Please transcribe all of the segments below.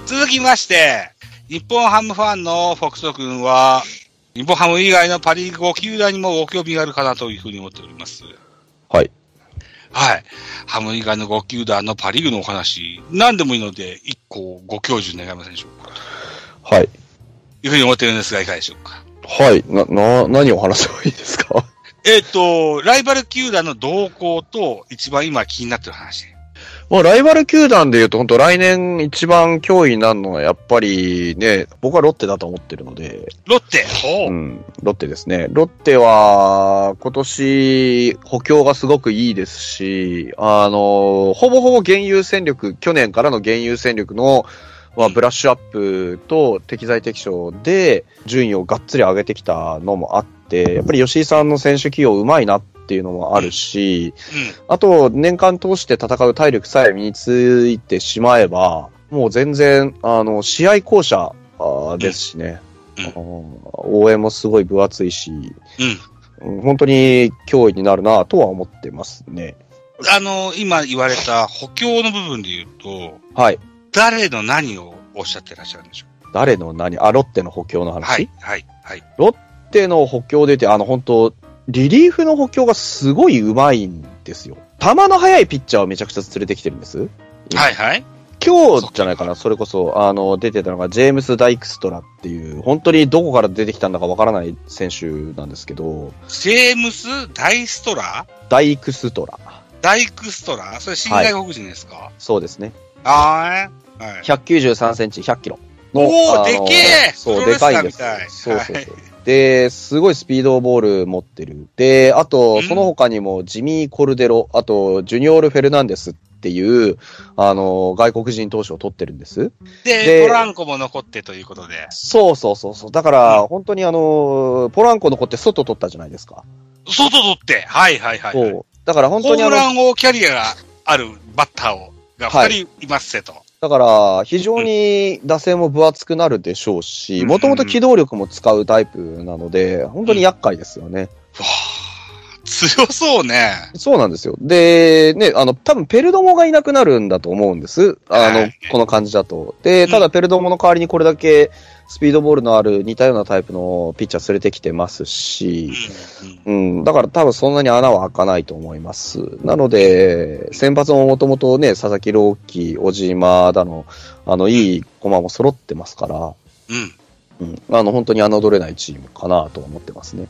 続きまして、日本ハムファンのフォクト君は、日本ハム以外のパリーグ5球団にもご興味があるかなというふうに思っております。 はい。 はい。ハム以外の5球団のパリーグのお話、何でもいいので、1個ご教授願いませんでしょうか。 はい。 いうふうに思ってるんですが、いかがでしょうか。 はい。何を話せばいいですか？ ライバル球団の動向と、一番今気になってる話。 まあ、ライバル球団で言うと、本当来年一番脅威になるのは、やっぱりね、僕はロッテだと思ってるので。 ロッテうん、ロッテですね。ロッテは、今年、補強がすごくいいですし、ほぼほぼ現有戦力、去年からの現有戦力の、ブラッシュアップと適材適所で順位をがっつり上げてきたのもあって、やっぱり吉井さんの選手起用うまいなっていうのもあるし、あと年間通して戦う体力さえ身についてしまえば、もう全然、試合巧者ですしね、応援もすごい分厚いし、本当に脅威になるなとは思ってますね。 今言われた補強の部分で言うと、 はい。 誰の何をおっしゃってらっしゃるんでしょう？ 誰の何？ロッテの補強の話？ はい、はい、はい。 ロッテの補強でて、本当リリーフの補強がすごい上手いんですよ。球の速いピッチャーをめちゃくちゃ連れてきてるんです。 はい、はい。 今日じゃないかな、それこそ、出てたのがジェームス・ダイクストラっていう、本当にどこから出てきたんだかわからない選手なんですけど。 ジェームス・ダイストラ？ ダイクストラ。 ダイクストラ？それ新外国人ですか？はい、 そうですね。 はい。 193センチ、100キロの。 おー、でけえ！ そう、でかいんです。そうそうそう。で、すごいスピードボール持ってる。で、あと、その他にもジミー・コルデロ、あと、ジュニオール・フェルナンデスっていう、外国人投手を取ってるんです。 で、ポランコも残ってということで。 そうそうそうそう。だから、本当にポランコ残って外取ったじゃないですか。 外取って、はいはいはい。 そう。だから本当にホームラン王キャリアがあるバッターが2人いますせと。はい、 だから、非常に打線も分厚くなるでしょうし、もともと機動力も使うタイプなので、本当に厄介ですよね。 強そうね。 そうなんですよ。で、ね、多分ペルドモがいなくなるんだと思うんです。この感じだと。で、ただペルドモの代わりにこれだけスピードボールのある似たようなタイプのピッチャー連れてきてますし、だから多分そんなに穴は開かないと思います。なので、先発ももともとね、佐々木朗希、小島だの、いい駒も揃ってますから、本当に侮れないチームかなと思ってますね。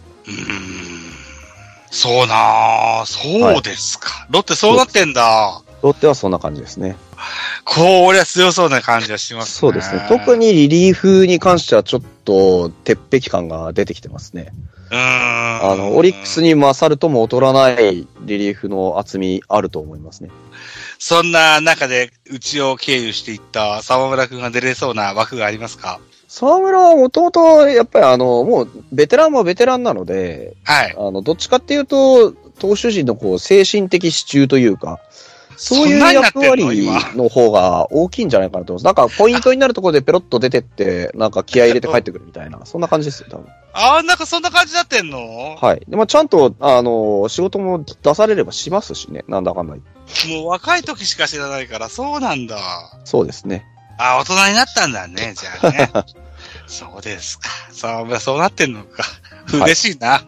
そうなぁ。そうですか。はい、ロッテそうなってんだ。 ロッテはそんな感じですね。 これは強そうな感じがしますね。 そうですね。特にリリーフに関してはちょっと鉄壁感が出てきてますね。オリックスに勝るとも劣らないリリーフの厚みあると思いますね。 そんな中でうちを経由していった沢村くんが出れそうな枠がありますか？ 沢村はもともと、やっぱりもう、ベテランもベテランなので、 はい。 どっちかっていうと、投手陣の精神的支柱というか、そういう役割の方が大きいんじゃないかなと思います。なんか、ポイントになるところでペロッと出てって、なんか気合い入れて帰ってくるみたいな、そんな感じですよ、多分。 なんかそんな感じになってんの？ はい。で、ちゃんと、仕事も出されればしますしね、なんだかんだ。 もう若い時しか知らないから、そうなんだ。 そうですね。 大人になったんだね、じゃあね。そうですか。そうなってんのか。嬉しいな。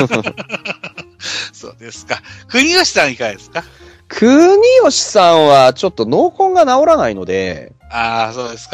そうですか。国吉さんいかがですか？ 国吉さんはちょっと脳根が治らないので。 そうですか。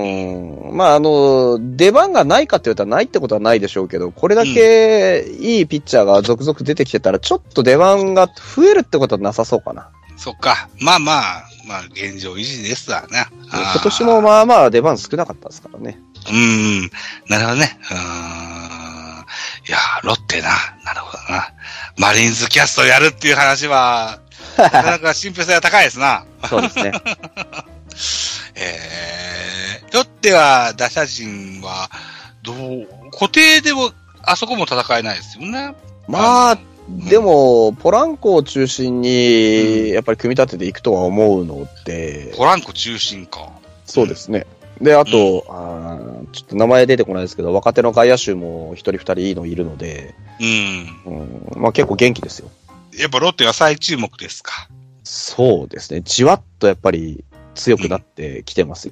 出番がないかって言ったらないってことはないでしょうけど、これだけいいピッチャーが続々出てきてたら、ちょっと出番が増えるってことはなさそうかな。 そっか。まあ、現状維持ですわね。 今年もまあまあ出番少なかったですからね。 なるほどね。いや、ロッテな。なるほどな。マリーンズキャストやるっていう話は、なかなか信憑性が高いですな。 そうですね。 ロッテは打者陣は、固定でも、あそこも戦えないですよね。 まあ、でも、ポランコを中心に、やっぱり組み立てていくとは思うので。 ポランコ中心か。 そうですね。で、あと、ちょっと名前出てこないですけど、若手の外野手も一人二人いいのいるので、まあ結構元気ですよ。 やっぱロッテは再注目ですか？ そうですね。じわっとやっぱり強くなってきてますよね。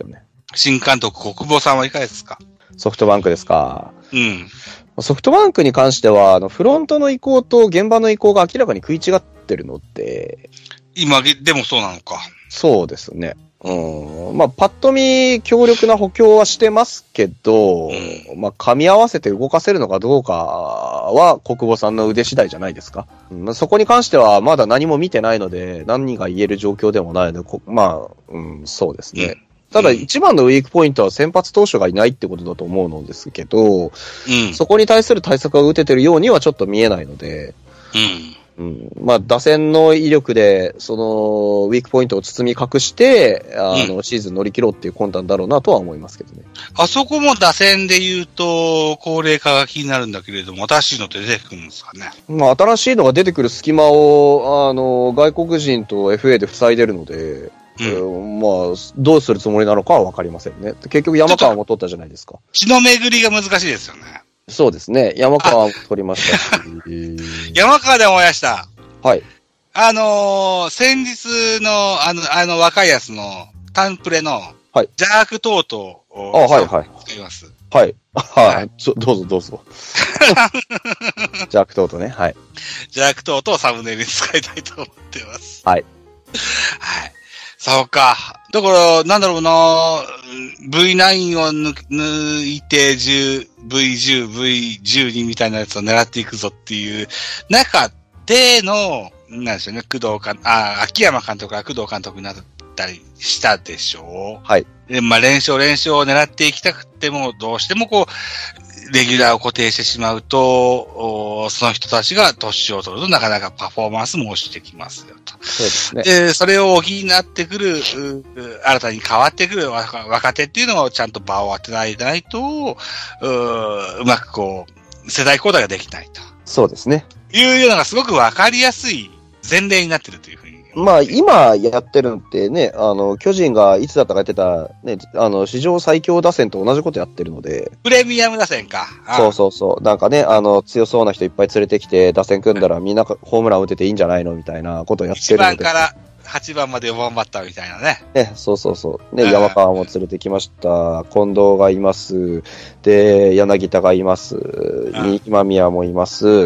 新監督、国保さんはいかがですか？ ソフトバンクですか。 うん。 ソフトバンクに関しては、フロントの意向と現場の意向が明らかに食い違ってるので。 今、でもそうなのか。 そうですね。まあ、パッと見、強力な補強はしてますけど、まあ、噛み合わせて動かせるのかどうかは、国保さんの腕次第じゃないですか。そこに関しては、まだ何も見てないので、何が言える状況でもないので、まあ、そうですね。ただ、一番のウィークポイントは先発投手がいないってことだと思うのですけど、そこに対する対策が打ててるようにはちょっと見えないので、まあ、打線の威力で、その、ウィークポイントを包み隠して、シーズン乗り切ろうっていう魂胆だろうなとは思いますけどね。 あそこも打線で言うと、高齢化が気になるんだけれども、新しいのって出てくるんですかね。 まあ、新しいのが出てくる隙間を、外国人と FA で塞いでるので、まあ、どうするつもりなのかはわかりませんね。結局山川も取ったじゃないですか。 血の巡りが難しいですよね。 そうですね。山川も取りましたし。 山川で思い出した。 はい。 先日の、若いやつの、タンプレの、 はい。 ジャークトートを、 はいはい。 使います。 はい。はい。どうぞどうぞ。ジャークトートね。はい。 ジャークトートをサムネイルに使いたいと思ってます。 はい。 はい。そうか。だから、なんだろうな、V9 を抜いて10、V10、V12 みたいなやつを狙っていくぞっていう中での、なんでしょうね、秋山監督が工藤監督になったりしたでしょう。 はい。 で、まあ、連勝を狙っていきたくても、どうしてもこう、レギュラーを固定してしまうと、その人たちが年を取るとなかなかパフォーマンスも落ちてきますよと。 そうですね。 で、それを補ってくる、新たに変わってくる若手っていうのをちゃんと場を当てないと、うまくこう、世代交代ができないと。 そうですね。 いうようなのがすごくわかりやすい前例になってるというふうに。 まあ、今やってるのってね、巨人がいつだったかやってた、ね、史上最強打線と同じことやってるので。 プレミアム打線か。 そう。なんかね、強そうな人いっぱい連れてきて、打線組んだらみんなホームラン打てていいんじゃないのみたいなことをやってるので。 1番から8番まで4番バッターみたいなね。 ね、そう。ね、山川も連れてきました。近藤がいます。で、柳田がいます。今宮もいます。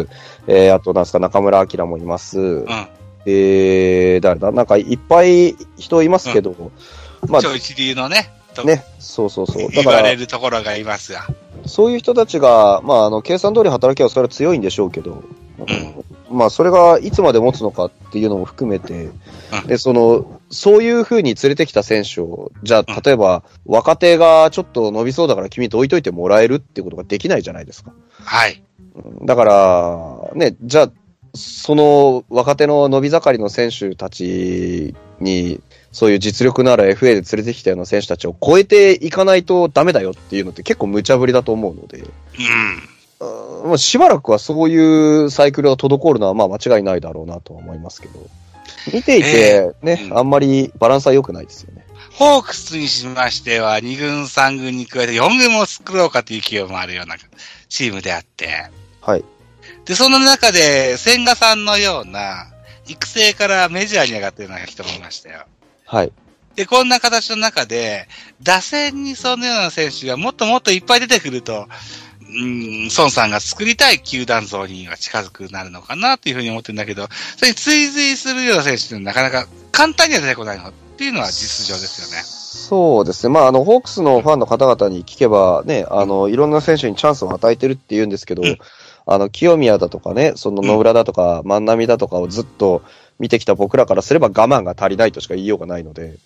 あと、中村晃もいます。誰だなんかいっぱい人いますけど、 まあ、超一流のね。 ね、そう。だから言われるところがいますが。 そういう人たちが、まあ、計算通り働きはそれは強いんでしょうけど、まあ、それがいつまで持つのかっていうのも含めて、で、そういう風に連れてきた選手を、じゃあ、例えば、若手がちょっと伸びそうだから君と置いといてもらえるってことができないじゃないですか。 はい。 だから、ね、じゃあ、その若手の伸び盛りの選手たちに、そういう実力のある FA で連れてきたような選手たちを超えていかないとダメだよっていうのって結構無茶ぶりだと思うので、まあ、しばらくはそういうサイクルが滞るのはまあ間違いないだろうなとは思いますけど、見ていてね、あんまりバランスは良くないですよね。 ホークスにしましては2軍3軍に加えて4軍も作ろうかという気もあるようなチームであって、 はい。 で、その中で、千賀さんのような、育成からメジャーに上がってるような人もいましたよ。 はい。 で、こんな形の中で、打線にそのような選手がもっともっといっぱい出てくると、孫さんが作りたい球団像には近づくなるのかなというふうに思ってるんだけど、それに追随するような選手っていうのはなかなか簡単には出てこないのっていうのは実情ですよね。 そうですね。まあ、ホークスのファンの方々に聞けばね、いろんな選手にチャンスを与えてるって言うんですけど、清宮だとかね、その野村だとか、万波だとかをずっと見てきた僕らからすれば我慢が足りないとしか言いようがないので。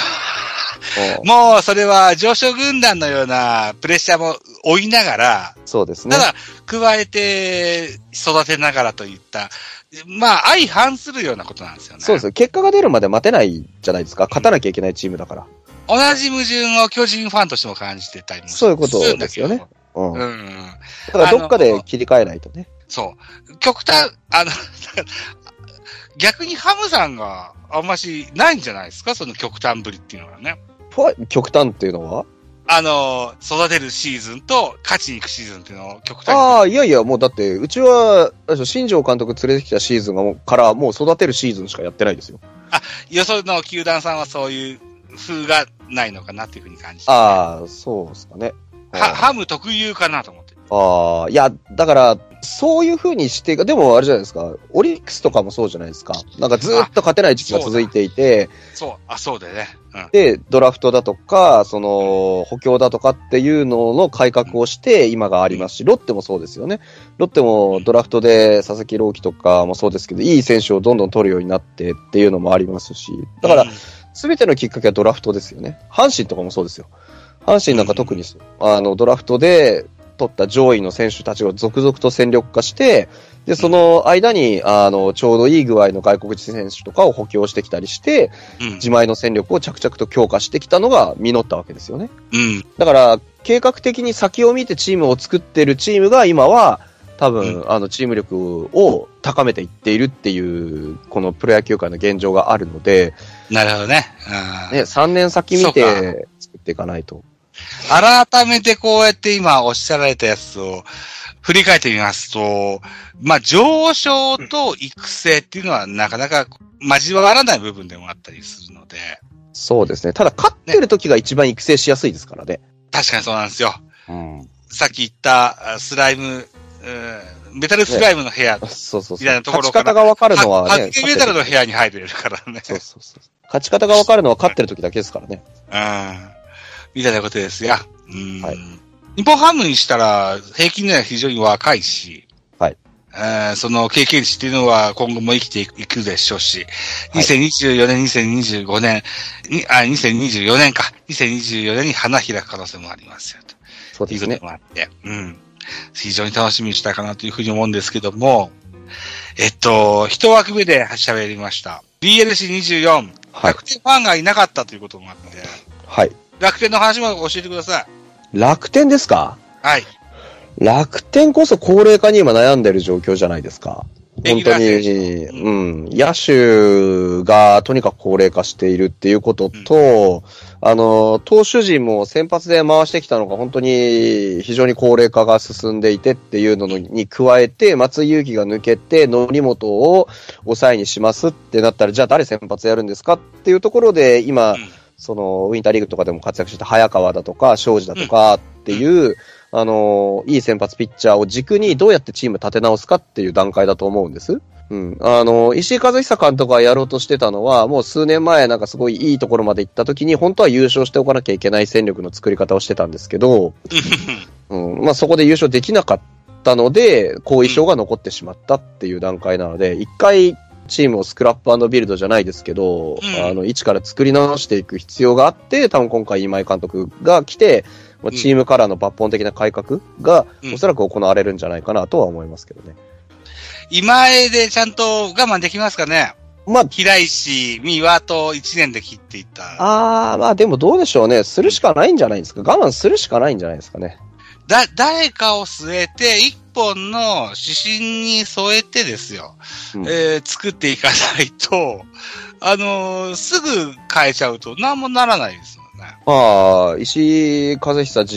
もう、それは上昇軍団のようなプレッシャーも追いながら、 そうですね。 ただ、加えて育てながらといった、まあ、相反するようなことなんですよね。 そうです。結果が出るまで待てないじゃないですか。勝たなきゃいけないチームだから。 同じ矛盾を巨人ファンとしても感じてたりもするんだけど。そういうことですよね。だからどっかで切り替えないとね。 そう。極端、逆にハムさんがあんましないんじゃないですか、その極端ぶりっていうのはね。 極端っていうのは育てるシーズンと勝ちに行くシーズンっていうのを極端に。 ああ、いや、もうだって、うちは、新庄監督連れてきたシーズンもう育てるシーズンしかやってないですよ。 よその球団さんはそういう風がないのかなというふうに感じて。 ああ、そうですかね。 ハム特有かなと思って。 ああ、いや、だから、そういう風にしてでもあれじゃないですか。オリックスとかもそうじゃないですか。なんかずーっと勝てない時期が続いていて、 そうだよね。うん。 で、ドラフトだとか、補強だとかっていうのの改革をして今がありますし、ロッテもそうですよね。ロッテもドラフトで佐々木朗希とかもそうですけど、いい選手をどんどん取るようになってっていうのもありますし、だから、すべてのきっかけはドラフトですよね。阪神とかもそうですよ。阪神なんか特にそう、ドラフトで取った上位の選手たちが続々と戦力化して、で、その間に、ちょうどいい具合の外国人選手とかを補強してきたりして、自前の戦力を着々と強化してきたのが実ったわけですよね。 うん。 だから、計画的に先を見てチームを作ってるチームが今は、多分、チーム力を高めていっているっていう、このプロ野球界の現状があるので、 なるほどね。 ね、3年先見て作っていかないと。 改めてこうやって今おっしゃられたやつを振り返ってみますと、まあ、上昇と育成っていうのはなかなか交わらない部分でもあったりするので。 そうですね。ただ、勝ってる時が一番育成しやすいですからね。 確かにそうなんですよ。 うん。 さっき言ったスライム、メタルスライムの部屋、 そうそうそう。 みたいなところから。 勝ち方が分かるのはね。 ハッケメタルの部屋に入れるからね。 そうそうそう。勝ち方が分かるのは勝ってる時だけですからね。 みたいなことですよ。 はい。 日本ハムにしたら、平均年は非常に若いし、 はい。 その経験値っていうのは今後も生きていくでしょうし、はい、2024年、2025年、2024年か、2024年に花開く可能性もありますよと。 そうですね。 いうこともあって、非常に楽しみにしたいかなというふうに思うんですけども、一枠目で喋りました。BLC24、 はい、 楽天ファンがいなかったということもあって、 はい。 楽天の話も教えてください。 楽天ですか？ はい。 楽天こそ高齢化に今悩んでる状況じゃないですか。本当に、野手がとにかく高齢化しているっていうことと、投手陣も先発で回してきたのが本当に非常に高齢化が進んでいてっていうのに加えて、松井裕樹が抜けて則本を抑えにしますってなったら、じゃあ誰先発やるんですかっていうところで、今、そのウィンターリーグとかでも活躍した早川だとか庄司だとかっていう、いい先発ピッチャーを軸にどうやってチーム立て直すかっていう段階だと思うんです。石井和久監督がやろうとしてたのは、もう数年前なんかすごいいいところまで行った時に、本当は優勝しておかなきゃいけない戦力の作り方をしてたんですけど、まあそこで優勝できなかったので、後遺症が残ってしまったっていう段階なので、一回チームをスクラップ&ビルドじゃないですけど、一から作り直していく必要があって、多分今回今井監督が来て、チームカラーの抜本的な改革がおそらく行われるんじゃないかなとは思いますけどね。 今江でちゃんと我慢できますかね？まあ、平石、三輪と1年で切っていった。 まあでもどうでしょうね。するしかないんじゃないですか。我慢するしかないんじゃないですかね。 誰かを据えて、一本の指針に添えてですよ。作っていかないと、すぐ変えちゃうと何もならないですもんね。 石井和久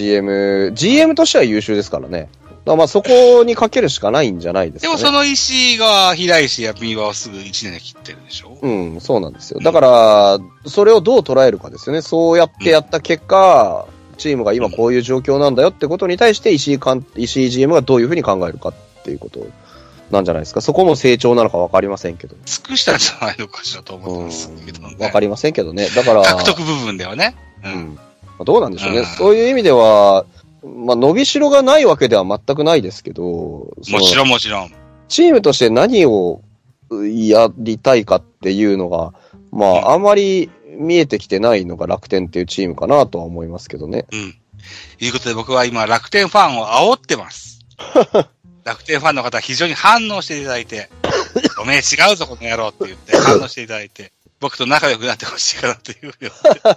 GM としては優秀ですからね。まあそこにかけるしかないんじゃないですかね。 でもその石井が平石や三輪をすぐ1年で切ってるでしょ？ そうなんですよ。だから、それをどう捉えるかですよね。そうやってやった結果、チームが今こういう状況なんだよってことに対して石井 GM がどういうふうに考えるかっていうことなんじゃないですか。そこも成長なのかわかりませんけど。 尽くしたんじゃないのかしらと思ってますけどね。 わかりませんけどね。だから。 獲得部分ではね。 どうなんでしょうね。そういう意味では、まあ、伸びしろがないわけでは全くないですけど。もちろん。 チームとして何をやりたいかっていうのが、まあ、あまり見えてきてないのが楽天っていうチームかなとは思いますけどね。 いうことで僕は今楽天ファンを煽ってます。楽天ファンの方は非常に反応していただいて、おめえ違うぞこの野郎って言って反応していただいて、僕と仲良くなってほしいかなというふうに思ってます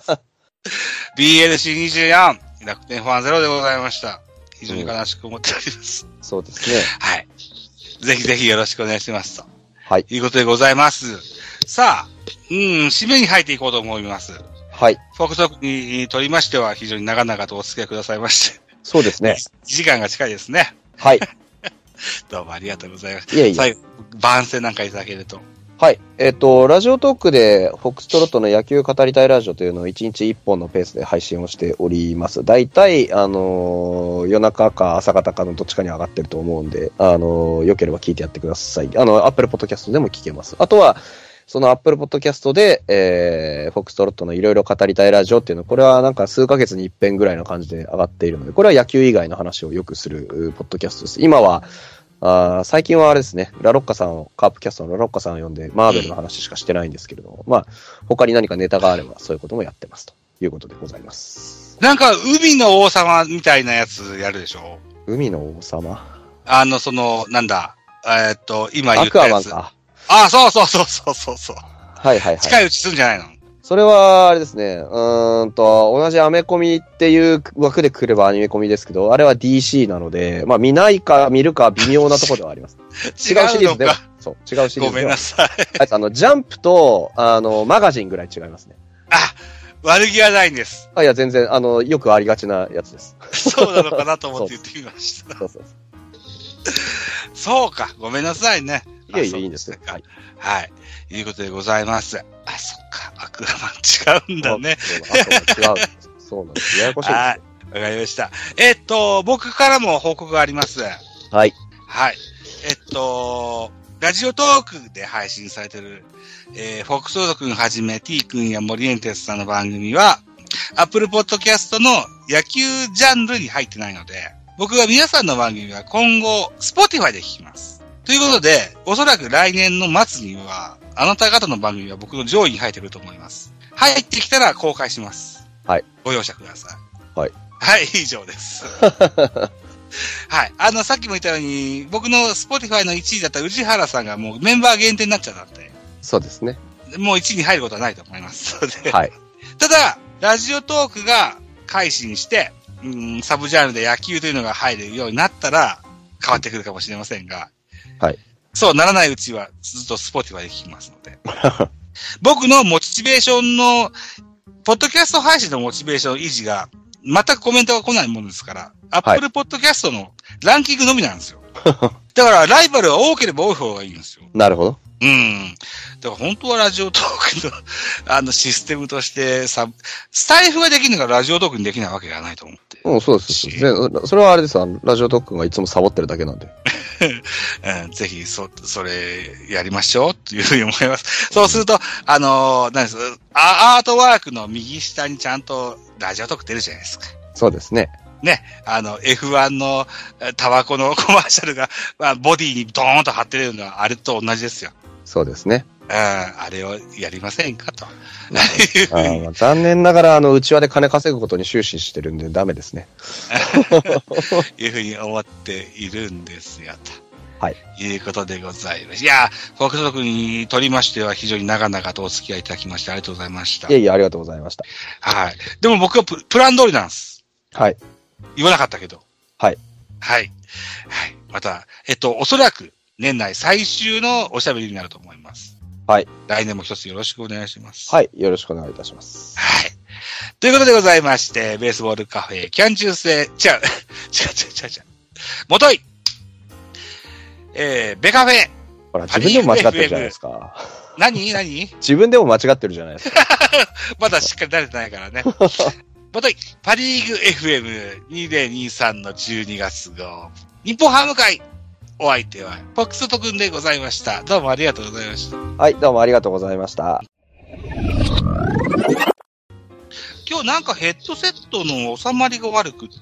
。BLC24、楽天ファンゼロでございました。非常に悲しく思っております。 そうですね。 はい。ぜひぜひよろしくお願いしますと。 はい。 いうことでございます。さあ、締めに入っていこうと思います。 はい。 フォークトークにとりましては非常に長々とお付き合いくださいまして。 そうですね。 時間が近いですね。 はい。 どうもありがとうございます。 いえいえ。 最後、番宣なんかいただけると。 はい。ラジオトークで、フォックストロットの野球語りたいラジオというのを1日1本のペースで配信をしております。だいたい、夜中か朝方かのどっちかに上がってると思うんで、良ければ聞いてやってください。Apple Podcast でも聞けます。あとは、その Apple Podcast で、フォックストロットのいろいろ語りたいラジオっていうの、これはなんか数ヶ月に一遍ぐらいの感じで上がっているので、これは野球以外の話をよくするポッドキャストです。今は、最近はあれですね、ラロッカさんを、カープキャストのラロッカさんを呼んで、マーベルの話しかしてないんですけれども、まあ、他に何かネタがあれば、そういうこともやってますということでございます。 なんか、海の王様みたいなやつやるでしょ？ 海の王様？ なんだ、今言ったやつ。 アクアマンか。 そう。 はい。 近いうちするんじゃないの？ それは、あれですね、同じアメコミっていう枠で来ればアニメコミですけど、あれは DC なので、まあ見ないか見るか微妙なところではあります。違うシリーズでは。そう、違うシリーズでは。 ごめんなさい。 ジャンプと、マガジンぐらい違いますね。 悪気はないんです。 いや、全然、よくありがちなやつです。 そうなのかなと思って言ってみました。 そう。 そうか、ごめんなさいね。 いや、いいんですよ。 はい。はい。いうことでございます。そっか、アクアマン違うんだね。 そうなんです。ややこしいです。 はい。わかりました。僕からも報告があります。 はい。 はい。ラジオトークで配信されている、フォックストロート君はじめ T 君やモリエンテスさんの番組は、Apple Podcast の野球ジャンルに入ってないので、僕が皆さんの番組は今後、Spotify で聞きます。ということで、おそらく来年の末には、あなた方の番組は僕の上位に入ってくると思います。入ってきたら公開します。 はい。 ご容赦ください。 はい。 はい、以上です。はい。さっきも言ったように、僕の Spotify の1位だった宇治原さんがもうメンバー限定になっちゃったんで。 そうですね。 もう1位に入ることはないと思いますので。 はい。 ただ、ラジオトークが改心して、サブジャンルで野球というのが入るようになったら、変わってくるかもしれませんが。 はい。 そうならないうちはずっと Spotify で聞きますので。僕のモチベーションの、ポッドキャスト配信のモチベーション維持が、全くコメントが来ないものですから、Apple Podcast のランキングのみなんですよ。だから、ライバルは多ければ多い方がいいんですよ。 なるほど。 だから本当はラジオトークの、システムとしてスタイフができるのがラジオトークにできないわけがないと思って。 そうです。それはあれです。ラジオトークがいつもサボってるだけなんで。 ぜひ、それ、やりましょう、というふうに思います。そうすると、何です、アートワークの右下にちゃんとラジオトーク出るじゃないですか。 そうですね。 ね、F1 のタバコのコマーシャルが、ボディにドーンと貼ってるのはあれと同じですよ。 そうですね。 あれをやりませんかと。 残念ながら、内輪で金稼ぐことに終始してるんでダメですね。 いうふうに思っているんですよ、と。 はい。 いうことでございます。いや、フォークスト君にとりましては非常に長々とお付き合いいただきましてありがとうございました。 いえいえ、ありがとうございました。 はい。でも僕はプラン通りなんです。 はい。 言わなかったけど。 はい。 はい。はい。また、おそらく年内最終のおしゃべりになると思います。はい。来年も一つよろしくお願いします。 はい。よろしくお願いいたします。 はい。ということでございまして、ベースボールカフェ、キャン中世、違う。もとい。ベカフェ。 ほら、自分でも間違ってるじゃないですか。 何自分でも間違ってるじゃないですか。 まだしっかり慣れてないからね。もとい、パリーグ FM2023 の12月号。日本ハム会。お相手は、フォックスト君でございました。どうもありがとうございました。 はい、どうもありがとうございました。 今日なんかヘッドセットの収まりが悪くって、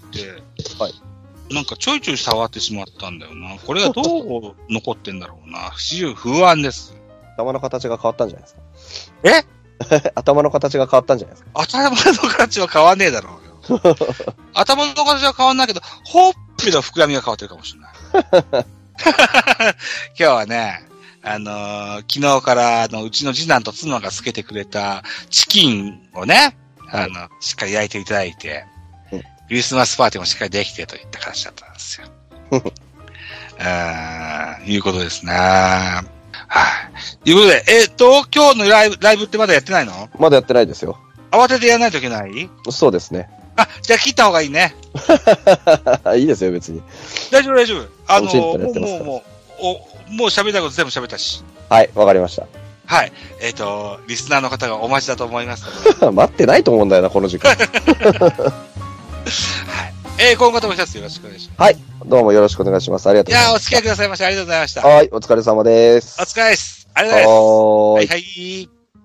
はい。なんかちょいちょい触ってしまったんだよな。これがどう残ってんだろうな。不安です。 頭の形が変わったんじゃないですか。頭の形が変わったんじゃないですか。 頭の形は変わんねえだろうよ。頭の形は変わんないけど、ほっぺの膨らみが変わってるかもしれない。今日はね、昨日からうちの次男と妻がつけてくれたチキンをね、しっかり焼いていただいて、クリスマスパーティーもしっかりできてといった形だったんですよ。いうことですね。はい。ということで、今日のライブってまだやってないの？ まだやってないですよ。 慌ててやらないといけない？ そうですね。 じゃあ切った方がいいね。 いいですよ、別に。 大丈夫。もう喋りたいこと全部喋ったし。 はい、わかりました。 はい。リスナーの方がお待ちだと思いますので。 待ってないと思うんだよな、この時間。 はい。今後とも一つよろしくお願いします。 はい。どうもよろしくお願いします。ありがとうございます。 いやー、お付き合いくださいましてありがとうございました。 はい。お疲れ様です。 お疲れです。ありがとうございます。 はーい。 はいはい。